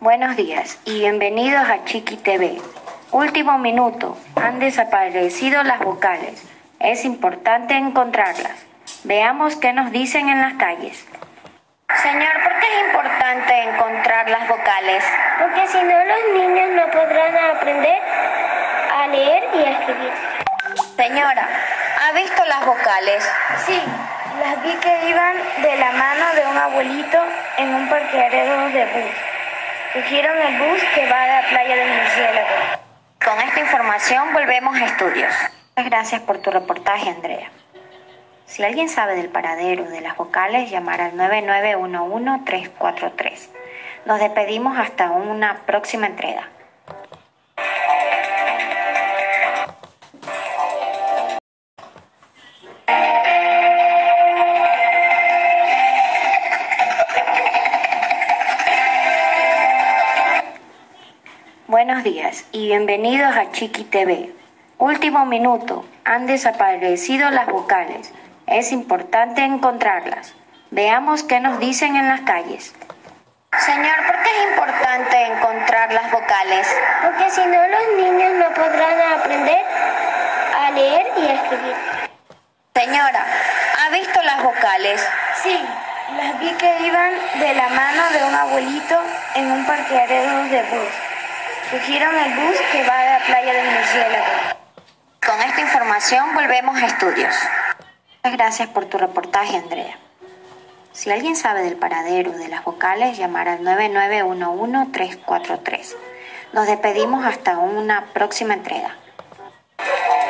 Buenos días y bienvenidos a Chiqui TV. Último minuto, han desaparecido las vocales. Es importante encontrarlas. Veamos qué nos dicen en las calles. Señor, ¿por qué es importante encontrar las vocales? Porque si no, los niños no podrán aprender a leer y a escribir. Señora, ¿ha visto las vocales? Sí, las vi que iban de la mano de un abuelito en un parqueadero de bus. Cogieron el bus que va a la playa del murciélago. Con esta información volvemos a estudios. Muchas gracias por tu reportaje, Andrea. Si alguien sabe del paradero de las vocales, llamar al 9911-343. Nos despedimos hasta una próxima entrega. Buenos días y bienvenidos a Chiqui TV. Último minuto, han desaparecido las vocales. Es importante encontrarlas. Veamos qué nos dicen en las calles. Señor, ¿por qué es importante encontrar las vocales? Porque si no, los niños no podrán aprender a leer y a escribir. Señora, ¿ha visto las vocales? Sí, las vi que iban de la mano de un abuelito en un parqueadero de bus. Cogieron el bus que va a la playa del murciélago. Con esta información volvemos a estudios. Muchas gracias por tu reportaje, Andrea. Si alguien sabe del paradero de las vocales, llamar al 9911-343. Nos despedimos hasta una próxima entrega.